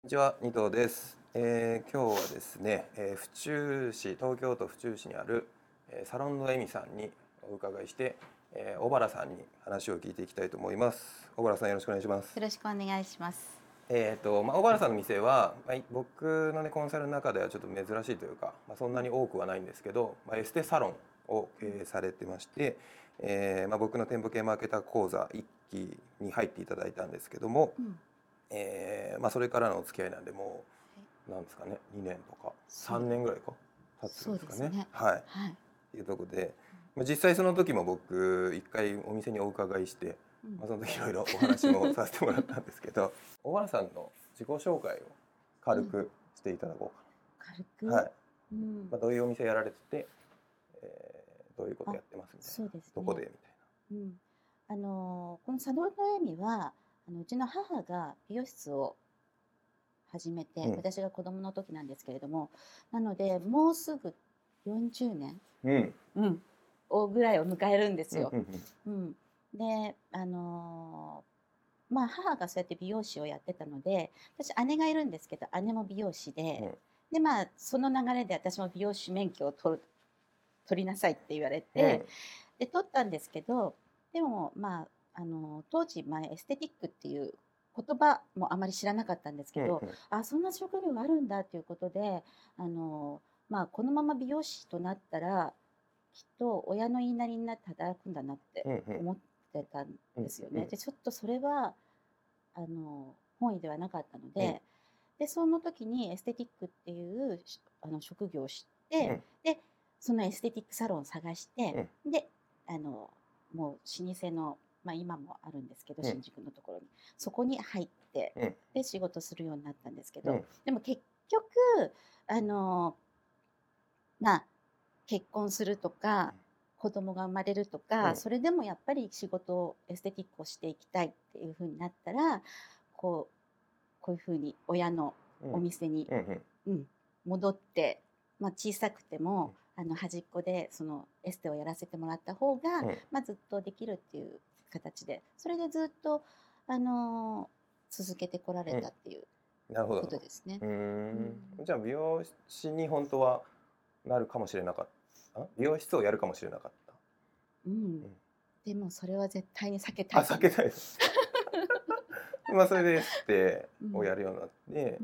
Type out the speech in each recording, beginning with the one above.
こんにちは、二藤です。今日はですね、府中市、東京都府中市にある、サロンのエミさんにお伺いして、小原さんに話を聞いていきたいと思います。小原さん、よろしくお願いします。 よろしくお願いします。 小原さんの店は、僕のね、コンサルの中ではちょっと珍しいというか、そんなに多くはないんですけど、エステサロンを経営されてまして、僕の店舗系マーケター講座1期に入っていただいたんですけども、 うん、 それからのお付き合いなんで、もうなんですかね、2年とかそう 3年ぐらいか経つんそうですかね。 ですね。 はい。っはい。 ていうところで、実際その時も僕一回お店にお伺いして、 うん、 その時いろいろお話もさせてもらったんですけど、小原さんの自己紹介を軽うん、 くしていただこ軽うかな。はく、 い。 うん、 どういうお店やられてて、どういうことあ、 やってますみたいな、 そうですどこでね。 みたいうん、この佐渡の恵美は、うちの母が美容室を始めて、 な。 私が子供の時なんですけれども、なので、もうすぐ40年、 うん。 うん、ぐらいを迎えるんですよ。 うんうんうんうん、で、母がそうやって美容師をやってたので、私姉がいるんですけど、姉も美容師で、 うんでその流れで私も美容師免許を取りなさいって言われて、 うんで取ったんですけど、でも当時、エステティックっていう言葉もあまり知らなかったんですけど、 うんうんそんな職業があるんだっていうことで、このまま美容師となったらきっと親の言いなりになって働くんだなってうんうん思ってたんうんですよね。 うんでちょっとそれは本意ではなかったのうんで、その時にエステティックっていう職業を知って、 うんでそのエステティックサロンを探して、 うんであのもう老舗の、今もあるんですけど、 うん新宿のところにそこに入って、 うんで仕事するようになったんですけど、 うんでも結局あのまあ結婚するとか子供が生まれるとか、 うんそれでもやっぱり仕事をエステティックをしていきたいっていう風になったら、こうこういう風に親のうんお店に、 うんうん戻って、小さくても端っこでそのエステをやらせてもらった方が、 うん。 ずっとできるっていう形で、それでずっと、あの続けてこられうん、 たっていうなるほどなるほことですね。 ど。 うん、 じゃあ美容師に本当はなるかもしれなかった。美容室をやるかもしれなかった。 うん、 うん。 でもそれは絶対に避けたあ、 いと思って。 避けたいです。それでエステうん、 をやるようになって、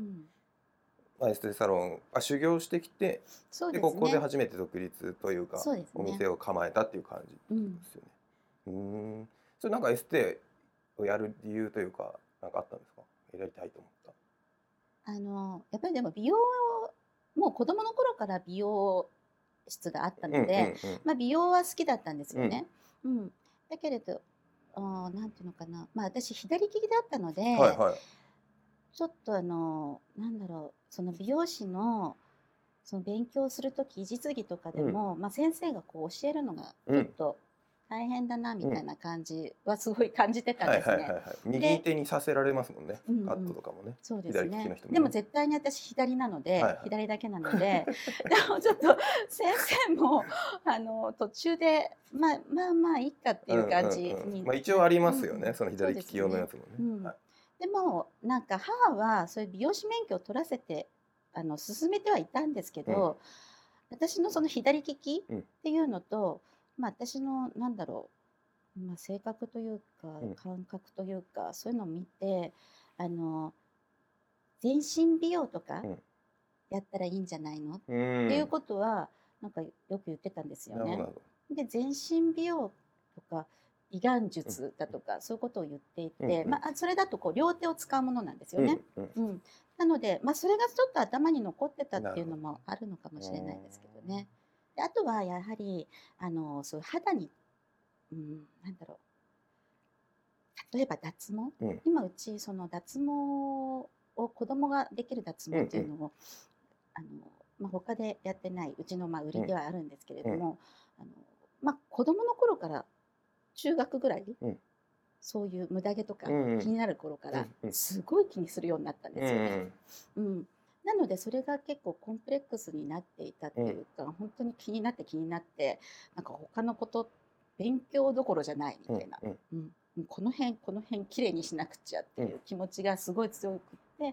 うん、 エステサロン、修行してきて、 そうで、ここでですね。 初めて独立というか、 そうですね。 お店を構えたっていう感じってうん。 ことですよね。うーん。それなんかエステをやる理由というか、なんかあったんですか？やりたいと思った。 やっぱりでも美容、もう子供の頃から美容室があったうんうので、 んうん。 美容は好きだったんですうん。 よね。うん。だけれど、なんていうのかな、私左利きだったので、 はいはい。 ちょっとなんだろう、その美容師のその勉強する時、実技とかでうん。 も、先生がこう教えるのがうん。 ちょっと大変だなみうん。 たいな感じはすごい感じてたんはいですね。 はいはいはい。右で、 手にさせられますもんね。 うんうカットん。 とかもね。 そうです左利きのね。 人もね。 でも絶対に私左なので、 はいはい。 左だけなので、でもちょっと先生も途中で、いいかっていう感うんうんじにうん。一応ありうんうん、 ますよね。そのそう左利き用のやですよね。 つもね。 うん。 はい。 でもなんか母はそういう美容師免許を取らせて勧めてはいたんですけうん。 ど、私のその左利きうん。 っていうのと、私のなんだろう、性格というかうん。 感覚というかそういうのを見て、あの全身美容とかうん。 やったらいいんじゃないのっうーん。 ていうことはなんかよく言ってたんですよね。 なるほどなるほど。 で全身美容とか胃がんうん。 術だとかそういうことを言っていて、 うんうん。 それだとこう両手を使うものなんですよね。 うんうん。 うん、なので、それがちょっと頭に残ってたっなるほていうのもあるのかもしれないですけどど。 ね。であとはやはりそういう肌に、なんだろう、例えば脱毛、 うん。 今うちその脱毛を子供ができる脱毛うんうん。 っていうのをあの、他でやってない、うちの売うんりではあるんですけれうん。 ども、子供の頃から中学ぐらい、 うん。 そういう無駄毛とかうんうん。 気になる頃からうんうん。 すごい気にするようになったんうですよね。 んうん。なのでそれが結構コンプレックスになっていたっうん。 ていうか、本当に気になって気になって、なんか他のこと、勉強どころじゃないみうんたいな。 うん。 うん。この辺きれいにしなくちゃってうん。 いう気持ちがすごい強くって、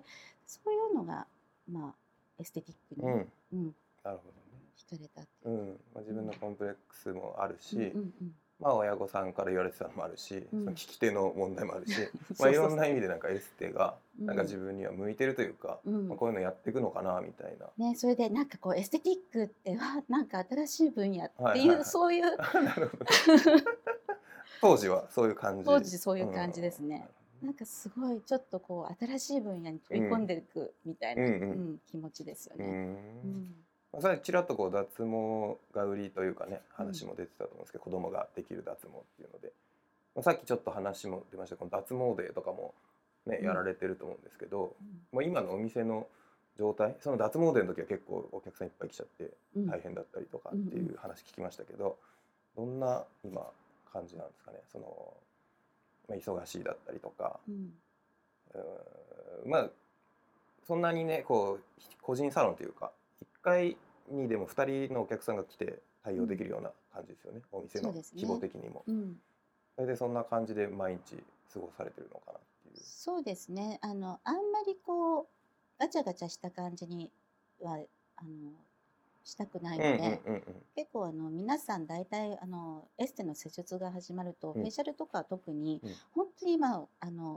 そういうのがまあエステティックに、 うん、 うん、 なるほ惹かれたってどね。 いうか、 まあ、自分のコンプレックスもあるし、 うんうんまあ親御さんから言われてたのもあるし、 うんその聞き手の問題もあるし、まそうそうそあいろんな意味でなんかエステがう、 なんか自分には向いてるというか、 うんまあ、こういうのやっていくのかなみたいな。 ね、それでなんかこうエステティックってなんか新しい分野っていう、 はいはいはい。 そういうなるほど。当時はそういう感じ。 当時そういうん、 う感じですね。なんかすごいちょっとこう新しい分野に飛び込んうん、 でいくみたいな、 うん、 気持ちですようね。うん。 ん、 まあそれちらっとこう脱毛が売りというかね、 うん、 話も出てたと思うんですけど、子供ができる脱毛っていうので、まあ、さっきちょっと話も出ましたこの脱毛デーとかもねうん、 やられてると思うんですけど、 うん、 もう今のお店の状態、その脱毛デーの時は結構お客さんいっぱい来ちゃってうん、 大変だったりとかうん、うっていん、 う話聞きましたけど、どんな今感じなんですかね。その、まあ、忙しいだったりとか、 うん、 まあそんなにねこう個人サロンというか1回にでも2人のお客さんが来て対応できるような感じですよね、お店そうの規模ですね。 的にも。 うん、 それでそんな感じで毎日過ごされてるのかなっていう。 そうですね。あんまりこうガチャガチャした感じにはあのしたくないうんうんので、 うん結構皆さん大体エステの施術が始まると、 うんフェイシャルとか特にうん本当に今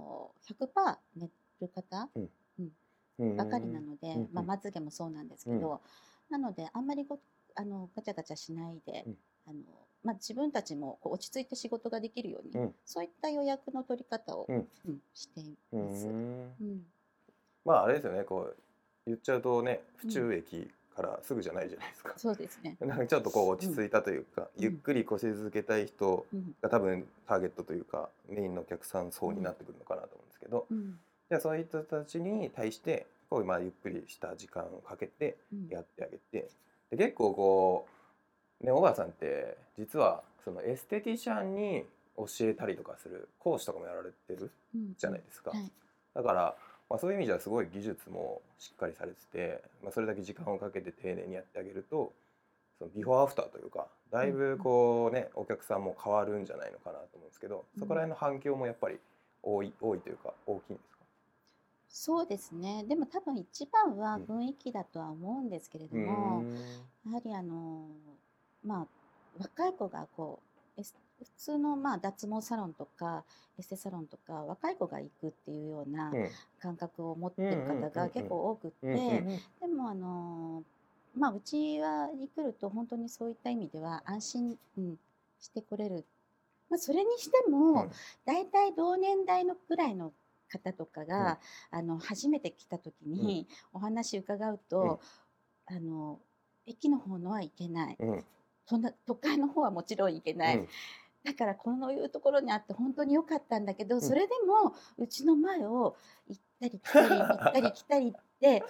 100%寝る方、 うんうん、 うんばかりなうんので、 うんうんまつげもそうなんですうんけど、なのであんまりガチャガチャしないで、 うんあの自分たちもこう落ち着いて仕事ができるように、 うんそういった予約の取り方を、 うんしていうんます。 うんうん、 まああれですよね、こう言っちゃうとね、府うん、 中駅からすぐじゃないじゃないですか。 そうですね。 なんかちょっとこううん、 落ち着いたというか、ゆっうん、 くり腰続けたい人うん、 が多分ターゲットというかメインのお客さん層になうん、 ってくるのかなと思うんですけど、 うん、 じゃあそういった人たちに対してこうまあゆっくりした時間をかけてうん、 やってあげて、で結構こうね、小川さんって実はそのエステティシャンに教えたりとかする講師とかもやられてるうん、 じゃないですか。 はい。 だから、まあ、そういう意味ではすごい技術もしっかりされてて、まあ、それだけ時間をかけて丁寧にやってあげると、そのビフォーアフターというかだいぶこうねお客さんも変わるんじゃないのかなと思うんですけど、そこら辺の反響もやっぱり多いというか大きいんですか？ そうですね。でも多分一番はうん雰囲気だとは思うんですけれどうーも、 んやはりまあ、若い子が普通の脱毛サロンとかエステサロンとか若い子が行くっていうようなうん感覚を持っうんうてる方が結んうん構多くっうんうんて、 うんでもうちに来ると本当にそういった意味では安心、してこれる。それにしても、 うんだいたい同年代のぐらいの方とかうんが、初めて来た時うんにお話伺ううんと、あの、駅の方のは行けない。 うん都会の方はもちろん行けない。 うんだからこういうところにあって本当に良かったんだけど、 うんそれでもうちの前を行ったり来たり、行ったり来たりって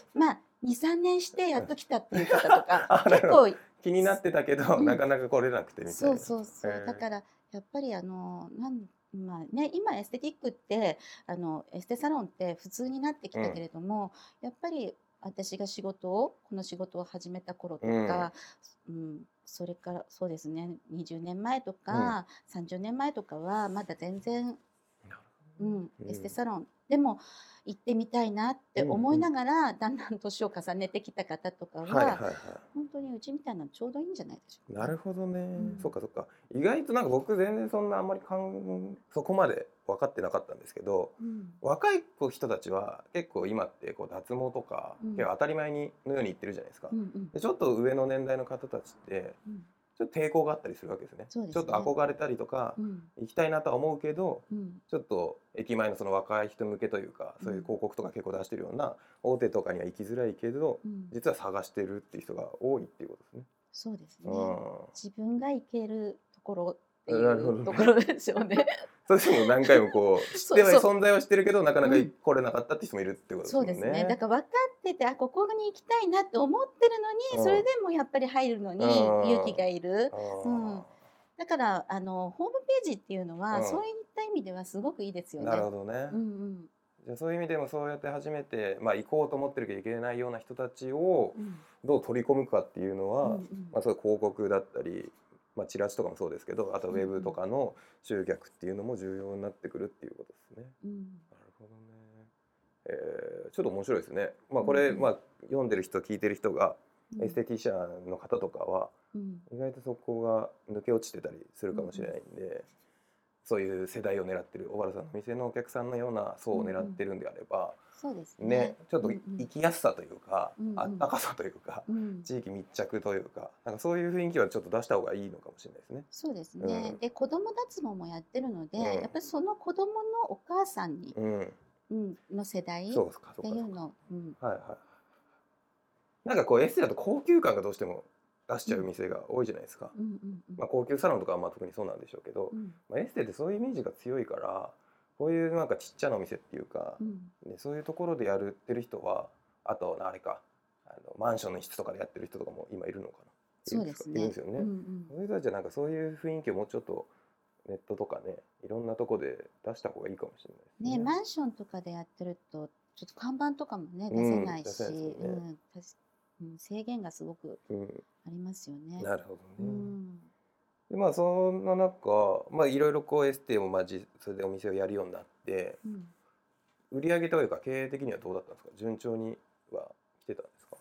、2、3年してやっと来たっていう方とか、 あ、なるほど。 結構、 気になってたけど、 うん、 なかなか来れなくてみたそういな。 そうそう。だへからやっぱり今エステティックってエステサロンって普通になってきうんたけれども、やっぱり私がこの仕事を始めた頃とうんか、それからそうですね、20年前とうん。 か30年前とかはまだ全然、 なるエステほどね。 サロンでも行ってみたいなって思いうんうんうん。 ながらだんだん年を重ねてきた方とかははいはいは本当にうちみたいなのちょうどいいんじゃないでしょい。 うかね。 なるほどね。そっうんかそっか。意外となんか僕全然そんなあんまりそこまで分かってなかったんですけど、 うん若い人たちは結構今ってこう脱毛とかうん結構当たり前のように言ってるじゃないですか。 うんうんでちょっと上の年代の方たちってうんちょっと抵抗があったりするわけですね。ちょっとそうですね。 憧れたりとかうん行きたいなとは思うけど、 うんちょっと駅前のその若い人向けというか、そういう広告とか結構出してるような大手とかには行きづらいけど、 うん実は探してるっていう人が多いっていうことですね。 そうですね。 う自分が行けるところってん。 いなるほどね。 うところですよね。 それでも何回もこうそうそう。 存在はしてるけどなかなかうん。 来れなかったって人もいるってことですもんそうですね。だね。 から分かってて、ここに行きたいなって思ってるのに、それうん。 でもやっぱり入るのうに勇気ん。 がいる。うん。 あだからホームページっていうのは、 あ。 そういった意味ではすごくいいですうん。なるよね。 ほどね。 うんうん。 じゃあそういう意味でもそうやって初めて、まあ、行こうと思ってるけど行けないような人たちをうんどう取り込むかっていうのは、 うんうんまあ、そういう広告だったり、まあ、チラシとかもそうですけど、あとウうんうェブとんかの集客っていうのも重要になってくるっていうことですね。 うん。 なるほどね。 ちょっと面白いですね。まあこれ、 うんうんまあ読んでる人聞いてる人がうんエステティシャンの方とかはうん意外とそこが抜け落ちてたりするかもしれないんで、そういう世代を狙ってる小原さんの店のお客さんのような層を狙ってるんであれば、 そうですね、 ね。 ちょっとうんうん生きやすさというか、 うんうんあったかさというか、 うん地域密着というか、なんかそういう雰囲気はちょっと出した方がいいのかもしれないですね。 そうですうんね。で、子供脱毛もやってるので、 うんやっぱりその子供のお母さんに、 うん、 の世代っそうかそうかそうか。 ていうの、 はいはい。なんかこうエステだと高級感がどうしても出しちゃううん店が多いじゃないですか。 うんうんうんまあ高級サロンとかはまあ特にそうなんでしょうけど、 うんまあ、エステってそういうイメージが強いから、こういうなんかちっちゃなお店っていうか、 うんね、そういうところでやってる人は、あとあれか、マンションの一室とかでやってる人とかも今いるのかな。 そうですね。 いるんですよね。そういう人たちはなんかそういう雰囲気をもうちょっとネットとかね、いろんなとこで出した方がいいかもしれないですね。 ね、マンションとかでやってると、ちょっと看板とかもね、 うん出せない出せないですし、 よね制限がすごくうん、 ありますよね。 なるほうどね。 ん、 でまあそんな中、まあいろいろこうエステもそれでお店をやるようになって、 うん、 売り上げというか経営的にはどうだったんですか？順調には来てたんですか？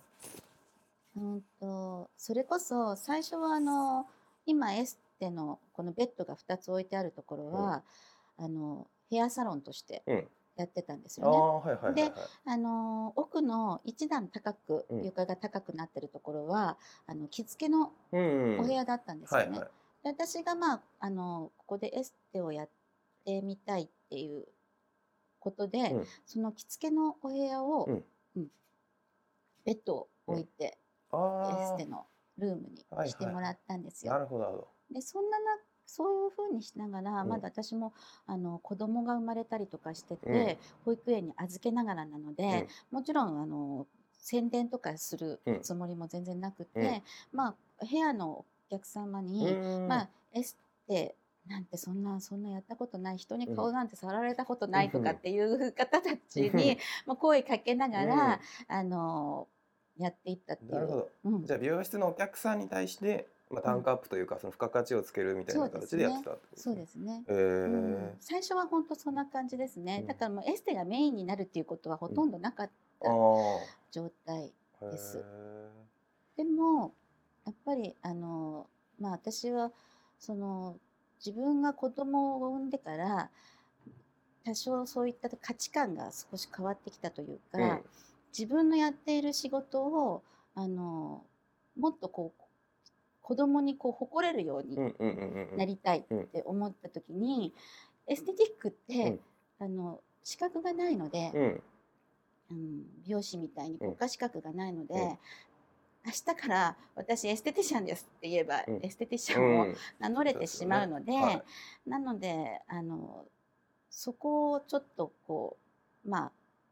それこそ最初は今エステのこのベッドが2つ置いてあるところは、ヘアサロンとしてうん。 やってたんですあよね。 あはいはいはいはで、 い。 奥の一段高く、 うん床が高くなってるところは、着付けのうんうん。 お部屋だったんですよね。 はいはい。 で、私がまあ、ここでエステをやってみたいっていうことで、 うんその着付けのお部屋を、 うんうんベッドをうん。 置いて、エスあテのルームにあはいはいはしてもらったんですい。なよ。 るほどなるほで、そういう風にしながら、 ど。 まだ私も子供が生まれたりとかしてうんて、保育園に預けながらなのうで、 んもちろん宣伝とかするうんつもりも全然なくうんて、まあ部屋のお客様うに、 んまあエステなんてそんなやったことない、人にうん顔なんて触られたことうんないとかっていう方たちうんに、まあ、声かけながら、 うんあのやっていったっていう。 なるほど。 うん、 じゃあ美容室のお客さんに対して、まあ、 うん、 単価アップというかその付加価値をつけるみたいそうなですね。 形でやってたってことですそうね。 ですね。 へえ。 最初は本当そんな感じですね。だからもうエステがメインになるっていうことはほとんどなかっあたあ。 状態へです。 え。 でも、やっぱりまあ私はその自分が子供を産んでから多少そういった価値観が少し変わってきたというか、 うん自分のやっている仕事をもっとこう子供にこう誇れるようにうんうんうんうんなりたいっうんて思った時に、エステティックっうてん資格がないので、 うん美容師みたいにうん国家資格がないので、 うん明日から私エステティシャンですって言えば、 うんエステティシうャンをん名乗れてしまうので、 はいなのでそこをちょっとこうまあ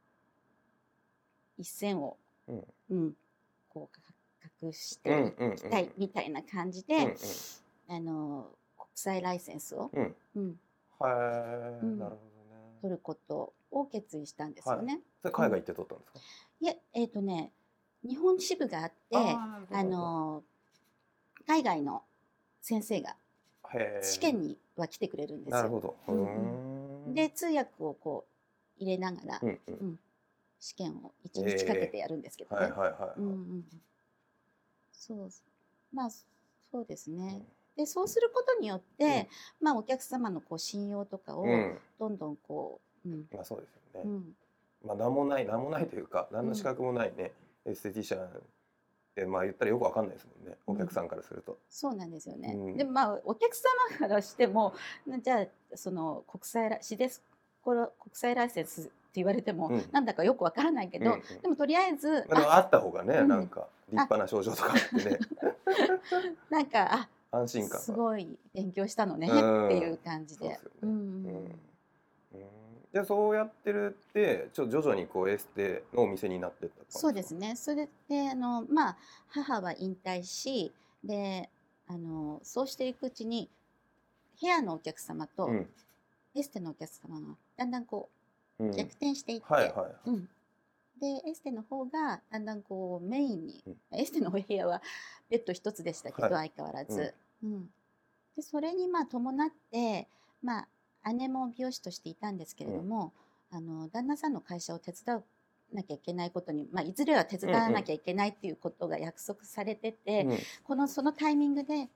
一線を、 うんこう隠しうんてうんいきたいみたいな感じうんうんで、国際ライセンスを、 うんうんはいうんなるほどね。 取ることを決意したんですよはい。 ね。 それ海外行って取ったんですか？ いえ、日本支部があって、 ああなるほど。 海外の先生がへえ。 試験には来てくれるんですよ。 なるほど。 で、通訳をこう入れながら、 うんうん。 試験を1日かけてやるんですけどね。 はいはいはいはい。 そう、まあ、そうですうんね。で、そうすることによって、まあ、お客様のこう信用とかをうんどんどんこう、 まあそうですよね。 うん、 まあ何もないというか何の資格もないね、エステティシャンってまあ言ったらよくわかんないですもんね、お客さんからすると。 そうなんですよね。 うんでもまあ、お客様からしても、じゃあ、そのシデスコロ国際ライセンスって言われても、なんだかよくわからないけど、でもとりあえず、 まあでもあった方がね、 うんなんか立派な症状とかあってね、 なんか、 安心感が。 すごい勉強したのねっていう感じで。 そうですよね。でそうやってるって徐々にこうエステのお店になってったってそうですね。それでまあ母は引退し、でそうしていくうちにヘアのお客様とエステのお客様がだんだんこう逆転していって、でエステの方がだんだんこうメインに、エステのお部屋はベッド一つでしたけど、相変わらず、でそれにまあ伴って、まあ姉も美容師としていたんですけれども、 旦那さんの会社を手伝わなきゃいけないことに、いずれは手伝わなきゃいけないっていうことが約束されてて、そのタイミングで、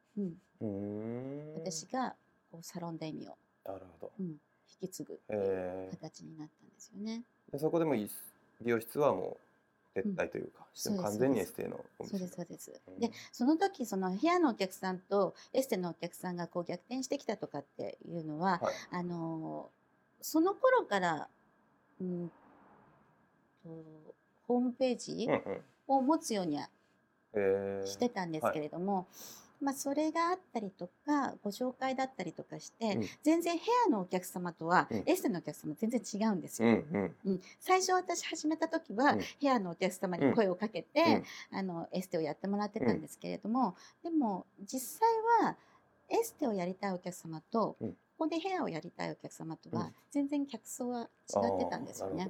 私がこうサロンデミを、 なるほど、 引き継ぐっていう形になったんですよね。 でそこでも美容室はもう撤退というか、完全にエステのお店。 そうです。でその時そのヘアのお客さんとエステのお客さんがこう逆転してきたとかっていうのは、その頃から、ホームページを持つようにはしてたんですけれども、それがあったりとかご紹介だったりとかして、全然ヘアのお客様とはエステのお客様全然違うんですよ。最初私始めた時は、ヘアのお客様に声をかけて、エステをやってもらってたんですけれども、でも実際はエステをやりたいお客様と、ここでヘアをやりたいお客様とは全然客層は違ってたんですよね。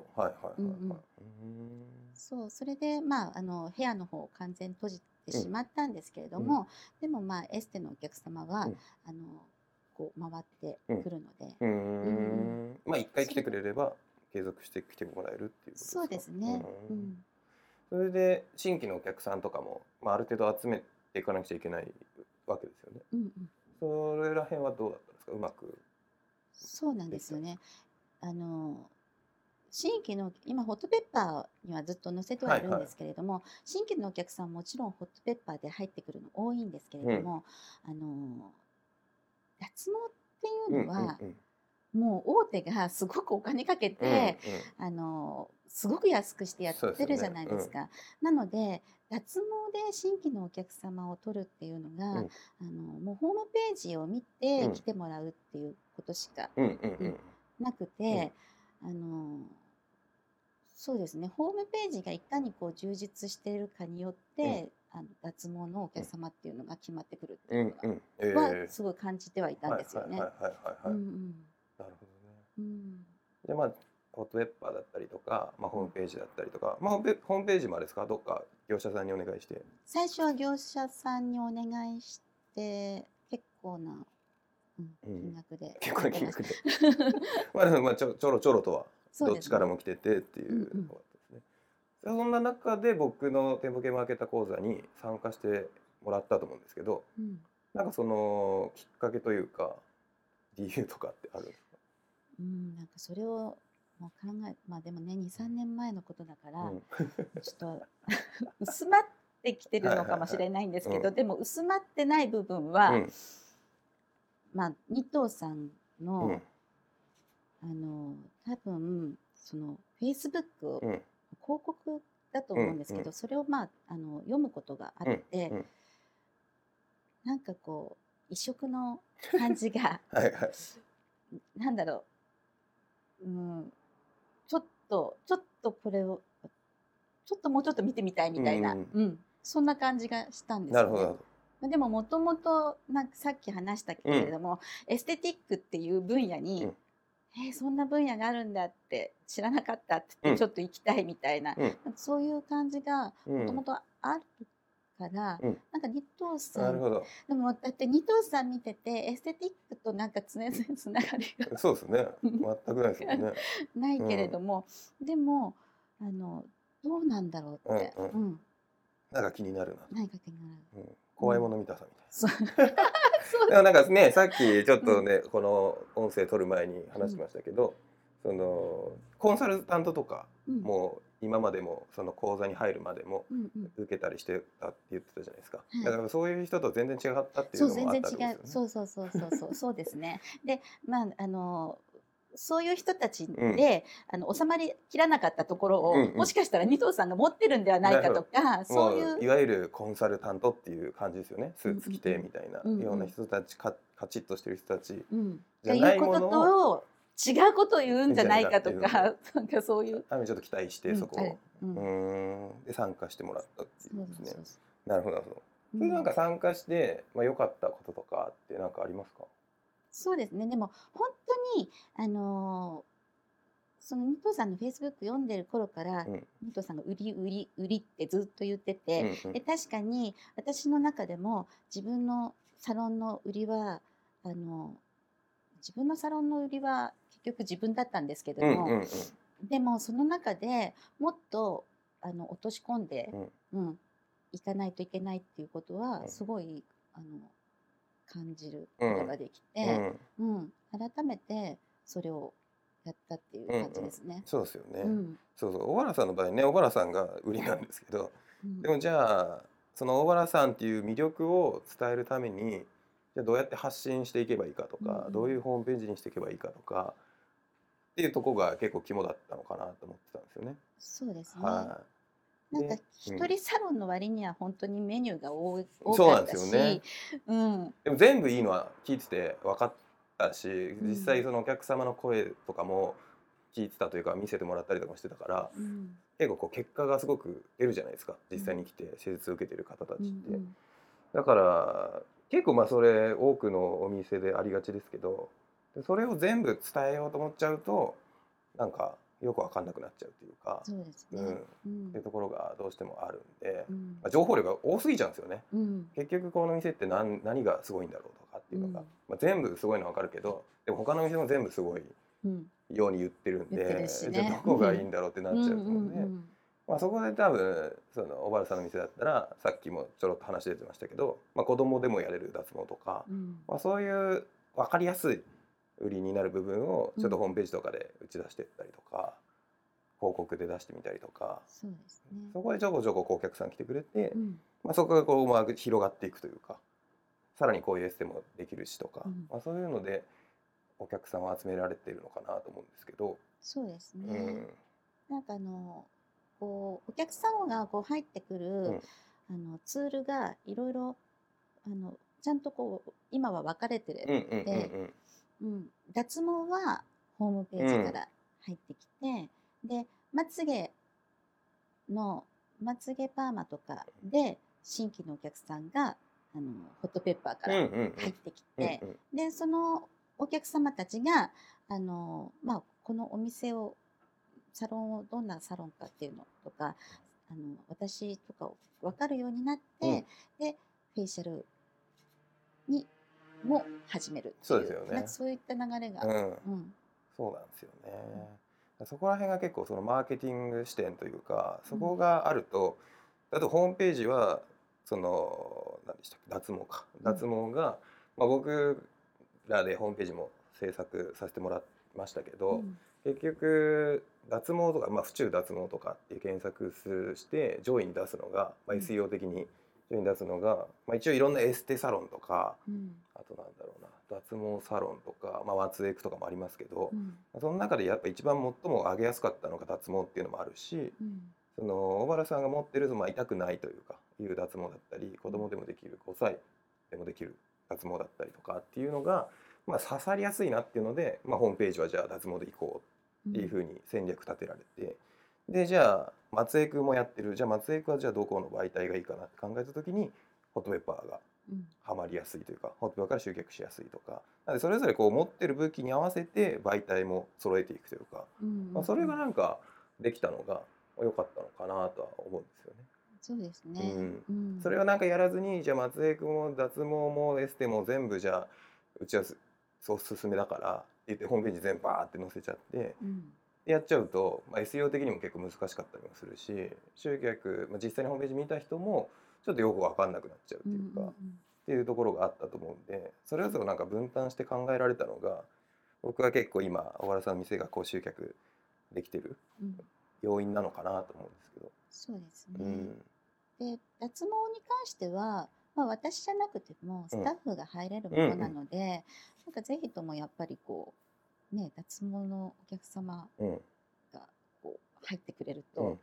そう、それでヘアの方を完全に閉じてしまったんですけれども、でもエステのお客様は、こう回ってくるので、 一回来てくれれば継続して来てもらえるっていうことですか？ そうですね。 それで新規のお客さんとかも、ある程度集めていかなくちゃいけないわけですよね。それらへんはどうだったんですか？うまく。 そうなんですよね。新規の今ホットペッパーにはずっと載せてはいるんですけれども、新規のお客さんもちろんホットペッパーで入ってくるの多いんですけれども、脱毛っていうのは、もう大手がすごくお金かけて、すごく安くしてやってるじゃないですか。なので脱毛で新規のお客様を取るっていうのが、もうホームページを見て来てもらうっていうことしかなくて、そうですね、ホームページがいかにこう充実しているかによって、脱毛のお客様っていうのが決まってくるっていうのはすごい感じてはいたんですよね。 なるほどね。じゃあホットペッパーだったりとか、ホームページだったりとか、ホームページもあれですか？どっか業者さんにお願いして。 最初は業者さんにお願いして結構な金額で。 結構な金額で。ちょろちょろとはどっちからも来ててっていうことですね。そんな中で僕の店舗系マーケッター講座に参加してもらったと思うんですけど、なんかそのきっかけというか理由とかってあるんですか？ なんかそれを考え、でもね2、3年前のことだから、ちょっと薄まってきてるのかもしれないんですけど、でも薄まってない部分は、二藤さんの、多分そのフェイスブック、広告だと思うんですけど、それを読むことがあって、なんかこう異色の感じがなんだろう、ちょっとこれをもうちょっと見てみたいみたいな、そんな感じがしたんですよね。でももともとなんかさっき話したけれども、エステティックっていう分野に、そんな分野があるんだって知らなかったって言ってちょっと行きたいみたいな、そういう感じがもともとあるから、なんか二藤さん、でもだって二藤さん見ててエステティックとなんか常々つながりがそうですね、全くないですもんね。 ないけれども、でもどうなんだろうって、 なんか気になるな。 何か気になる。 怖いもの見たさみたいな。でもなんかね、さっきちょっとね、この音声撮る前に話してましたけど、そのコンサルタントとかも今までもその講座に入るまでも受けたりしてたって言ってたじゃないですか。だからそういう人と全然違ったっていうのもあったんですよね。 そうですね。で、そういう人たちで、収まりきらなかったところを、もしかしたら二藤さんが持ってるんではないかとか、そういういわゆるコンサルタントっていう感じですよね。スーツ着てみたいなような人たち、カチッとしてる人たちじゃないものを違うことを言うんじゃないかとか、なんかそういう。 ちょっと期待してそこで参加してもらったっていうですね。なるほどなるほど。それなんか参加して良かったこととかって何かありますか？ そうですね。でも本当にその二藤さんのフェイスブック読んでる頃から、二藤さんが売りってずっと言ってて、で確かに私の中でも自分のサロンの売りは結局自分だったんですけどうんも、 うんうんでもその中でもっと落とし込んで、いかないといけないっていうことはすごい感じることができて、改めてそれをやったっていう感じですね。 そうですよね。 うんそうそう、小原さんの場合ね、小原さんが売りなんですけど、 うんでもじゃあその小原さんっていう魅力を伝えるために、じゃあどうやって発信していけばいいかとか、どういうホームページにしていけばいいかとかっていうところが結構肝だったのかなと思ってたんですよね。 そうですね。 はいなんか一人サロンの割には本当にメニューが多そうなんでかったすよね。 し、うん、 でも全部いいのは聞いてて分かったし、 うん実際そのお客様の声とかも聞いてたというか見せてもらったりとかもしてたから、結構こう結果がすごく出るじゃないですか、実際に来て施術を受けてる方たちって。だから結構まあそれ多くのお店でありがちですけど、それを全部伝えようと思っちゃうとなんかよく分かんなくなっちゃうっていうか、 そうですね。 っていうところがどうしてもあるんで、 うん情報量が多すぎちゃうんですよね。 うん結局この店って何がすごいんだろうとかっていうのが、全部すごいのは分かるけど、でも他の店も全部すごいように言ってるん言ってで、 るしじゃあね。 どこがいいんだろうってなっちゃうと思うんで、そこで多分その小原さんの店だったらさっきもちょろっと話出てましたけど、子供でもやれる脱毛とか、そういう分かりやすい売りになる部分をちょっとホームページとかで打ち出していったりとか、広告で出してみたりとか、 そうですね。 そこでちょこちょこお客さん来てくれて、そこがこう広がっていくというか、さらにこういうエステもできるしとか、そういうのでお客さんを集められているのかなと思うんですけど。 そうですね。なんかこうお客様がこう入ってくる、ツールがいろいろちゃんとこう今は分かれてて、脱毛はホームページから入ってきて、でまつげパーマとかで新規のお客さんがホットペッパーから入ってきて、でそのお客様たちがこのお店をサロンをどんなサロンかっていうのとか私とかを分かるようになって、でフェイシャルにも始めるっていう、 そうですよね。 そういった流れが、 そうなんですよね。そこら辺が結構そのマーケティング視点というか、そこがあると、あとホームページはその何でしたっけ、脱毛か、脱毛が、僕らでホームページも制作させてもらいましたけど、結局脱毛とか、府中脱毛とかっていう検索して上位に出すのが、SEO 的に上位に出すのが、一応いろんなエステサロンとか、あとなんだろうな、脱毛サロンとか、ワツエクとかもありますけど、その中でやっぱ一番最も上げやすかったのが脱毛っていうのもあるし、その小原さんが持ってる痛くないというかいう脱毛だったり、子供でもできる5歳でもできる脱毛だったりとかっていうのが、刺さりやすいなっていうので、ホームページはじゃあ脱毛でいこうっていうふうに戦略立てられて、でじゃあ松江区もやってる、じゃあ松江区はじゃあどこの媒体がいいかなって考えた時にホットペッパーがはまりやすいというか、ホットペッパーから集客しやすいとか、なのでそれぞれこう持ってる武器に合わせて媒体も揃えていくというか、それがなんかできたのが良かったのかなとは思うんですよね。 そうですね。 それはなんかやらずに、じゃあ松江区も脱毛もエステも全部じゃあうちはそうおすすめだからって言ってホームページ全部バーって載せちゃって、やっちゃうと、SEO 的にも結構難しかったりもするし、集客、実際にホームページ見た人もちょっとよく分かんなくなっちゃうっていうか、っていうところがあったと思うんで、それぞれなんか分担して考えられたのが、僕は結構今小原さんの店がこう集客できてる要因なのかなと思うんですけど。 そうですね。で脱毛に関しては、私じゃなくてもスタッフが入れるものなので、なんかぜひともやっぱりこうね、脱毛のお客様がこう入ってくれると、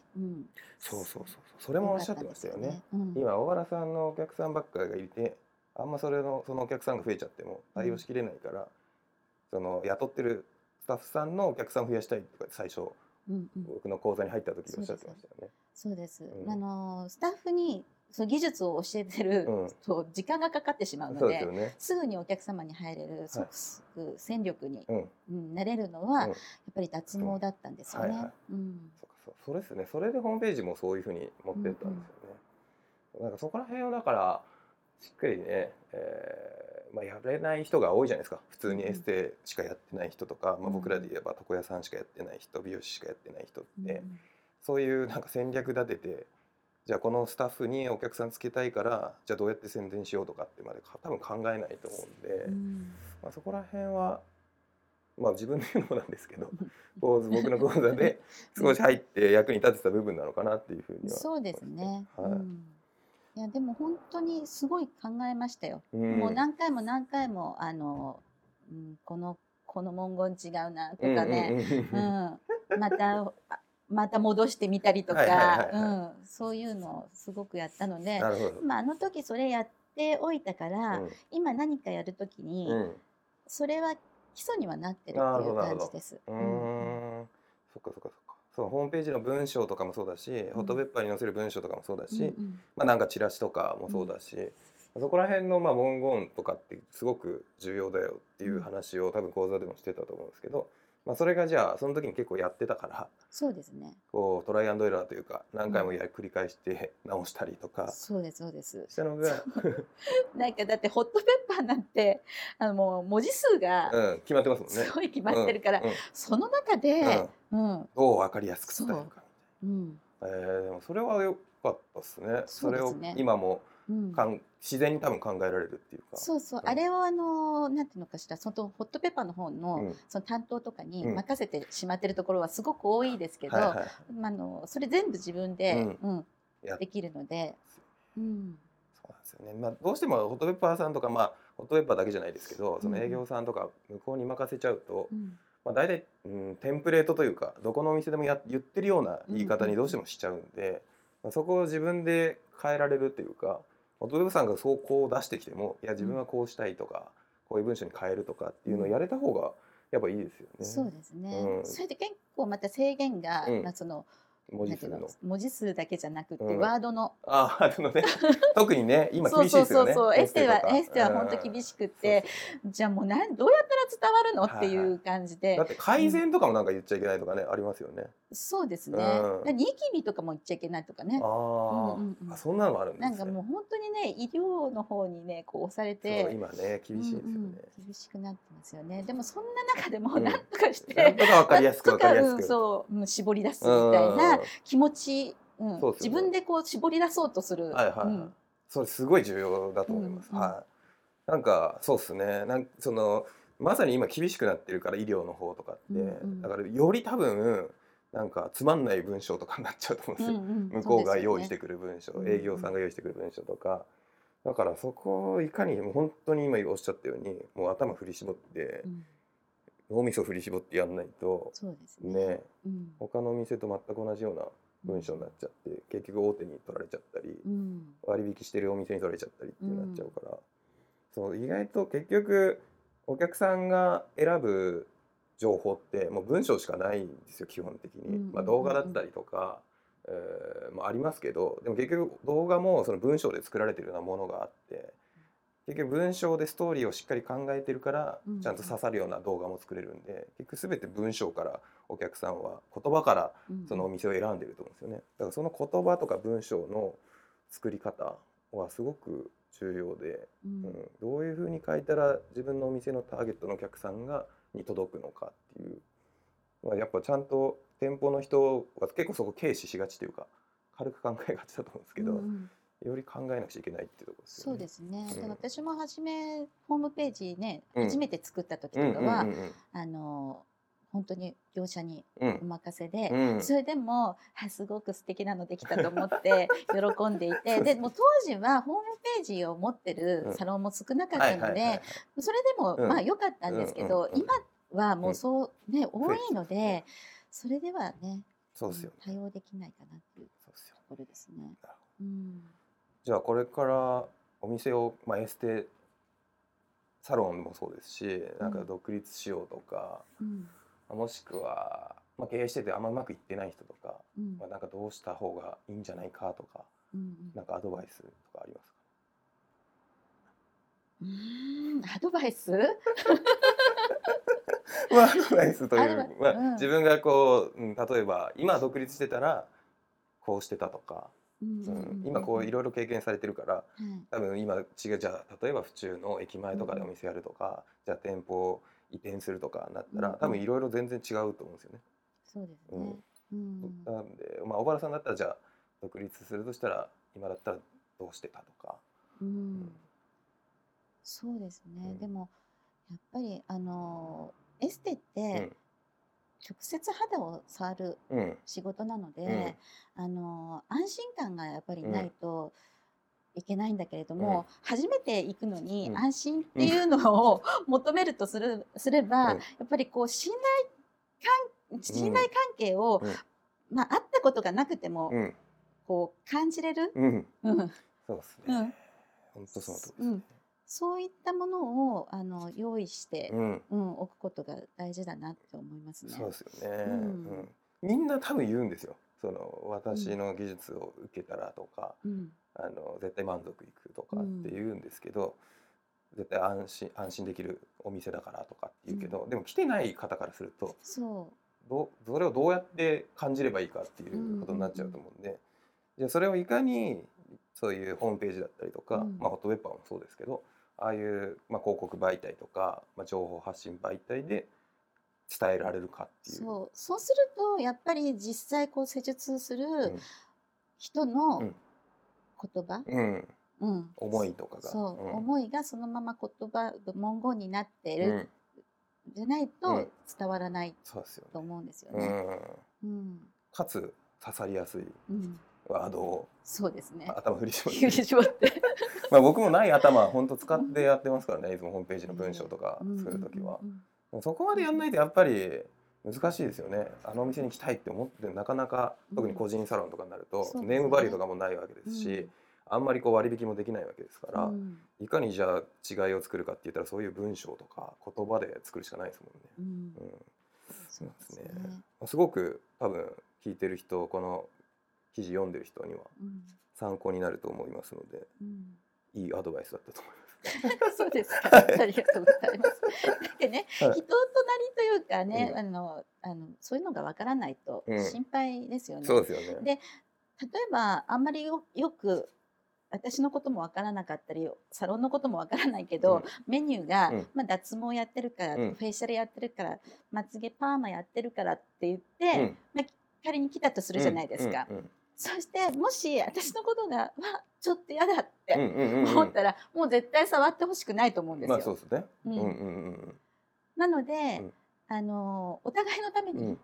それもおっしゃってましたよね。今小原さんのお客さんばっかりがいて、あんまそのお客さんが増えちゃっても対応しきれないから、その雇ってるスタッフさんのお客さんを増やしたいとか最初、僕の講座に入った時におっしゃってましたよね。 そうです。スタッフにその技術を教えてると時間がかかってしまうので、すぐにお客様に入れる即戦力になれるのはやっぱり脱毛だったんですよね。 それですね。それでホームページもそういうふうに持ってったんですよね。なんかそこら辺をだからしっかりね、やれない人が多いじゃないですか。普通にエステしかやってない人とか、僕らで言えば床屋さんしかやってない人、美容師しかやってない人って、そういうなんか戦略立てて、じゃあこのスタッフにお客さんつけたいから、じゃあどうやって宣伝しようとかってまで多分考えないと思うんで、そこら辺は自分で言うのもなんですけど、僕の講座で少し入って役に立てた部分なのかなっていうふうには。 そうですね。 はいいやでも本当にすごい考えましたよ。 うんもう何回も何回もこの文言違うなとかね、また戻してみたりとか、そういうのをすごくやったので、 なるほど。 あの時それやっておいたから、今何かやる時に、それは基礎にはなってるっていう感じです。 そっかそっかそっか。そうホームページの文章とかもそうだし、ホットペッパーに載せる文章とかもそうだし、なんかチラシとかもそうだし、そこら辺の文言とかってすごく重要だよっていう話を多分講座でもしてたと思うんですけど、それがじゃあその時に結構やってたから、 そうですね。 こうトライアンドエラーというか何回も繰り返して直したりとか、 そうですそうです。 したのがなんかだってホットペッパーなんてもう文字数が決まってますもんね。 すごい決まってるから、その中で、 どう分かりやすく伝えるか。でもそれは良かったですね。それを今も自然に多分考えられるっていうか。 そうそう、あれをなんていうのかしら、そのホットペッパーの方のその担当とかに任せてしまってるところはすごく多いですけど、それ全部自分でできるので。 そうなんですよね。どうしてもホットペッパーさんとかホットペッパーだけじゃないですけど、その営業さんとか向こうに任せちゃうと、大体テンプレートというかどこのお店でも言ってるような言い方にどうしてもしちゃうんで、そこを自分で変えられるっていうか、ホットペッパーさんがそうこう出してきても、いや自分はこうしたいとか、こういう文章に変えるとかっていうのをやれた方がやっぱいいですよね。 そうですね。それで結構また制限が、その文字数だけじゃなくて、ワードのね、特にね今厳しいですよね。 エステは本当厳しくて、じゃあもうどうやったら伝わるのっていう感じで。 だって改善とかもなんか言っちゃいけないとかね、ありますよね。 そうですね。ニキビとかも言っちゃいけないとかね。 そんなのもあるんですね。 なんかもう本当にね、医療の方にねこう押されて、 今ね厳しいですよね。 厳しくなってますよね。でもそんな中でもなんとかしてなんとか分かりやすくそう絞り出すみたいな気持ち、自分でこう絞り出そうとする。 それすごい重要だと思います。なんかそうですね。まさに今厳しくなってるから、医療の方とかって、だからより多分なんかつまんない文章とかになっちゃうと思うんですよ。向こうが用意してくる文章、営業さんが用意してくる文章とか。だからそこをいかに本当に今おっしゃったように、もう頭振り絞って、脳みそ振り絞ってやんないとね、他のお店と全く同じような文章になっちゃって、結局大手に取られちゃったり、割引してるお店に取られちゃったりってなっちゃうから、そう意外と結局お客さんが選ぶ情報ってもう文章しかないんですよ、基本的に。動画だったりとかありますけど、でも結局動画もその文章で作られてるようなものがあって、結局文章でストーリーをしっかり考えてるからちゃんと刺さるような動画も作れるんで、結局全て文章からお客さんは言葉からそのお店を選んでると思うんですよね。だからその言葉とか文章の作り方はすごく重要で、どういうふうに書いたら自分のお店のターゲットのお客さんに届くのかっていうのは、やっぱちゃんと店舗の人は結構そこ軽視しがちというか軽く考えがちだと思うんですけど、より考えなくちゃいけないっていうところですよね。 そうですね。だから私も初めホームページね、初めて作った時とかは本当に業者にお任せで、それでもすごく素敵なのできたと思って喜んでいて、でも当時はホームページを持ってるサロンも少なかったので、それでも良かったんですけど、今はもうそうね多いので、それではね対応できないかなっていうところですね。 じゃあこれからお店をエステサロンもそうですし、なんか独立しようとか、もしくは経営しててあんまうまくいってない人とか、なんかどうした方がいいんじゃないかとか、なんかアドバイスとかありますか？ アドバイス？ アドバイスという自分がこう例えば今独立してたらこうしてたとか、 今こういろいろ経験されてるから、 はい、 多分今違う、じゃあ例えば府中の駅前とかでお店やるとか、じゃあ店舗を移転するとかなったら、多分いろいろ全然違うと思うんですよね。 そうですね。 なんで、まあ、小原さんだったらじゃあ独立するとしたら今だったらどうしてたとか。 そうですね。でもやっぱりエステって直接肌を触る仕事なので、安心感がやっぱりないといけないんだけれども、初めて行くのに安心っていうのを求めるとすれば、やっぱりこう信頼関係を、まあ会ったことがなくても、こう感じれる、 そうですね。本当そうですね。 そういったものを用意しておくことが大事だなって思いますね。 そうですよね。みんな多分言うんですよ。その私の技術を受けたらとか、絶対満足いくとかって言うんですけど、絶対安心できるお店だからとかって言うけど、でも来てない方からすると、それをどうやって感じればいいかっていうことになっちゃうと思うんで、じゃあそれをいかにそういうホームページだったりとか、まあ、ホットウェッパーもそうですけど、ああいう、まあ、広告媒体とか、まあ、情報発信媒体で伝えられるかっていう。 そうするとやっぱり実際こう施術する人の言葉、 思いとかが、 思いがそのまま文言になってるじゃないと伝わらないと思うんですよね。 かつ刺さりやすいワードを頭振り絞ってまあ僕もない頭本当使ってやってますからね、いつもホームページの文章とか作る時は。そこまでやんないとやっぱり難しいですよね。あのお店に行きたいって思ってなかなか、特に個人サロンとかになるとネームバリューとかもないわけですし、あんまりこう割引もできないわけですから、いかにじゃあ違いを作るかって言ったらそういう文章とか言葉で作るしかないですもんね。そうですね。すごく多分聞いてる人、この記事読んでる人には参考になると思いますので、いいアドバイスだったと思います。 そうですか。ありがとうございます。でね、人となりというかね、そういうのがわからないと心配ですよね。 そうですよね。 で、例えばあんまりよく私のこともわからなかったり、サロンのこともわからないけど、メニューが、まあ、脱毛やってるから、フェイシャルやってるから、まつげパーマやってるからって言って、まあ、仮に来たとするじゃないですか。そしてもし私のことがちょっと嫌だって思ったら、もう絶対触ってほしくないと思うんですよ。 まあそうですね。 なので、お互いのために。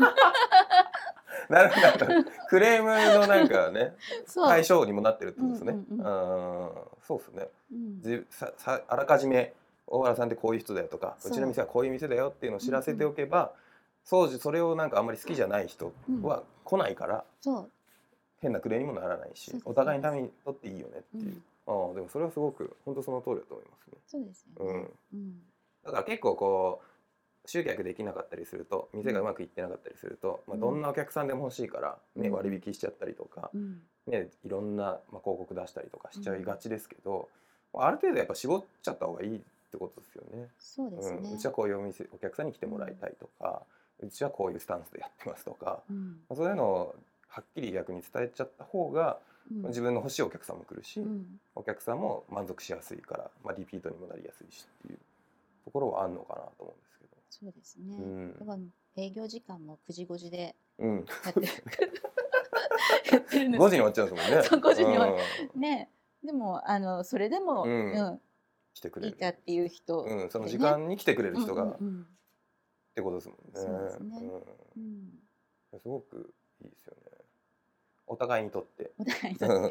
なるほど。クレームのなんかね、対象にもなってるってことですね。そうですね。あらかじめ大原さんってこういう人だよとか、うちの店はこういう店だよっていうのを知らせておけば、それをなんかあんまり好きじゃない人は来ないから、変なクレームにもならないし、お互いのためにとっていいよねっていう。でもそれはすごく本当その通りだと思いますね。 そうですよね。 だから結構こう集客できなかったりすると、店がうまくいってなかったりすると、まあ、どんなお客さんでも欲しいからね、割引しちゃったりとか、ね、いろんな、まあ、広告出したりとかしちゃいがちですけど、ある程度やっぱ絞っちゃった方がいいってことですよね。 そうですね。 うちはこういうお客さんに来てもらいたいとか、うちはこういうスタンスでやってますとか、そういうのをはっきり逆に伝えちゃった方が、自分の欲しいお客さんも来るし、お客さんも満足しやすいから、まあ、リピートにもなりやすいしっていうところはあるのかなと思うんですけど。 そうですね。だから営業時間も9時5時でやってる。 5時に終わっちゃうんですもんね。 そう、5時に終わる。ね、でもそれでも来てくれる。 いいかっていう人、 その時間に来てくれる人がってことですもんね。 そうですね。 すごくいいですよね。お互いにとって。 お互いにとって。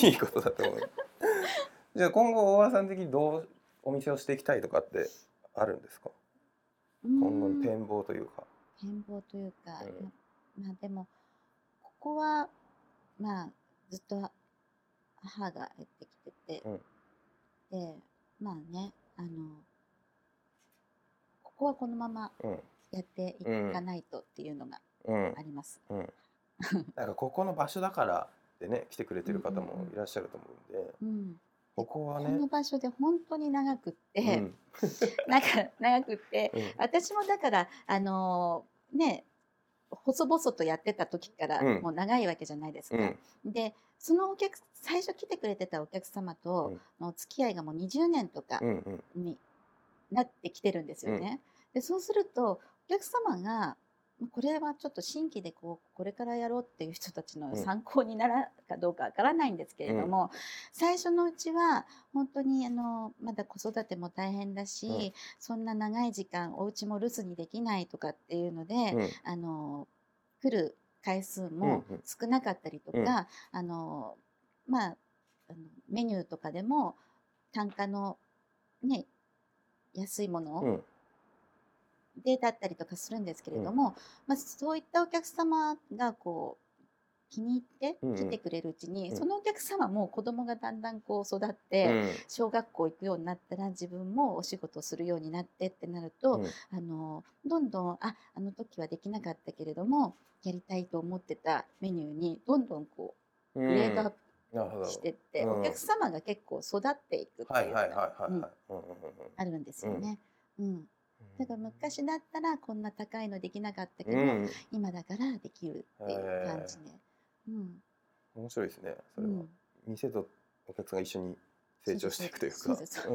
いいことだと思う。じゃあ今後大和さん的にどうお店をしていきたいとかってあるんですか？今後の展望というか。 展望というか、まあでもここはまあずっと母がやってきてて、でまあねここはこのままやっていかないとっていうのがあります。 なんかここの場所だからでね来てくれてる方もいらっしゃると思うんで、ここはねこの場所で本当に長くって、長くって、私もだからね細々とやってた時からうんもう長いわけじゃないですか。 うんでその最初来てくれてたお客様とのお付き合いがもう20年とかうんになってきてるんですよね。でそうするとお客様がこれはちょっと新規でこれからやろうっていう人たちの参考になるかどうかわからないんですけれども、最初のうちは本当にまだ子育ても大変だし、そんな長い時間お家も留守にできないとかっていうので、来る回数も少なかったりとか、まあメニューとかでも単価のね安いものでだったりとかするんですけれども、そういったお客様が気に入って来てくれるうちに、そのお客様も子供がだんだん育って小学校行くようになったら自分もお仕事をするようになってってなると、どんどんあの時はできなかったけれどもやりたいと思ってたメニューにどんどんグレードアップしてって、お客様が結構育っていくっていうのがあるんですよね。だから昔だったらこんな高いのできなかったけど、今だからできるっていう感じで、 面白いですね。それは、店とお客さんが一緒に成長していくというか。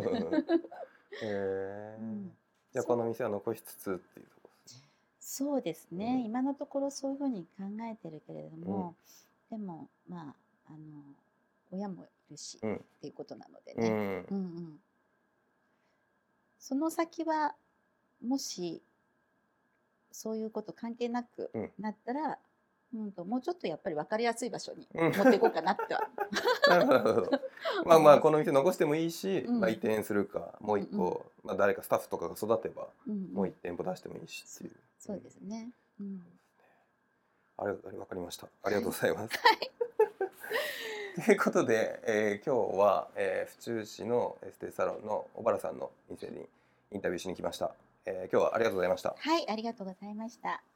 じゃあこの店は残しつつっていうところですね。 そうですね、今のところそういうふうに考えてるけれども、でも親もいるし、っていうことなのでね、その先はもしそういうこと関係なくなったら、もうちょっとやっぱり分かりやすい場所に持っていこうかなっては。 なるほど。この店残してもいいし、移転するかもう一個、誰かスタッフとかが育てばもう1店舗出してもいいしっていう。 そうですね。 分かりました。ありがとうございます。ということで、今日は、府中市のエステサロンの小原さんの店にインタビューしに来ました。今日はありがとうございました。 はい、ありがとうございました。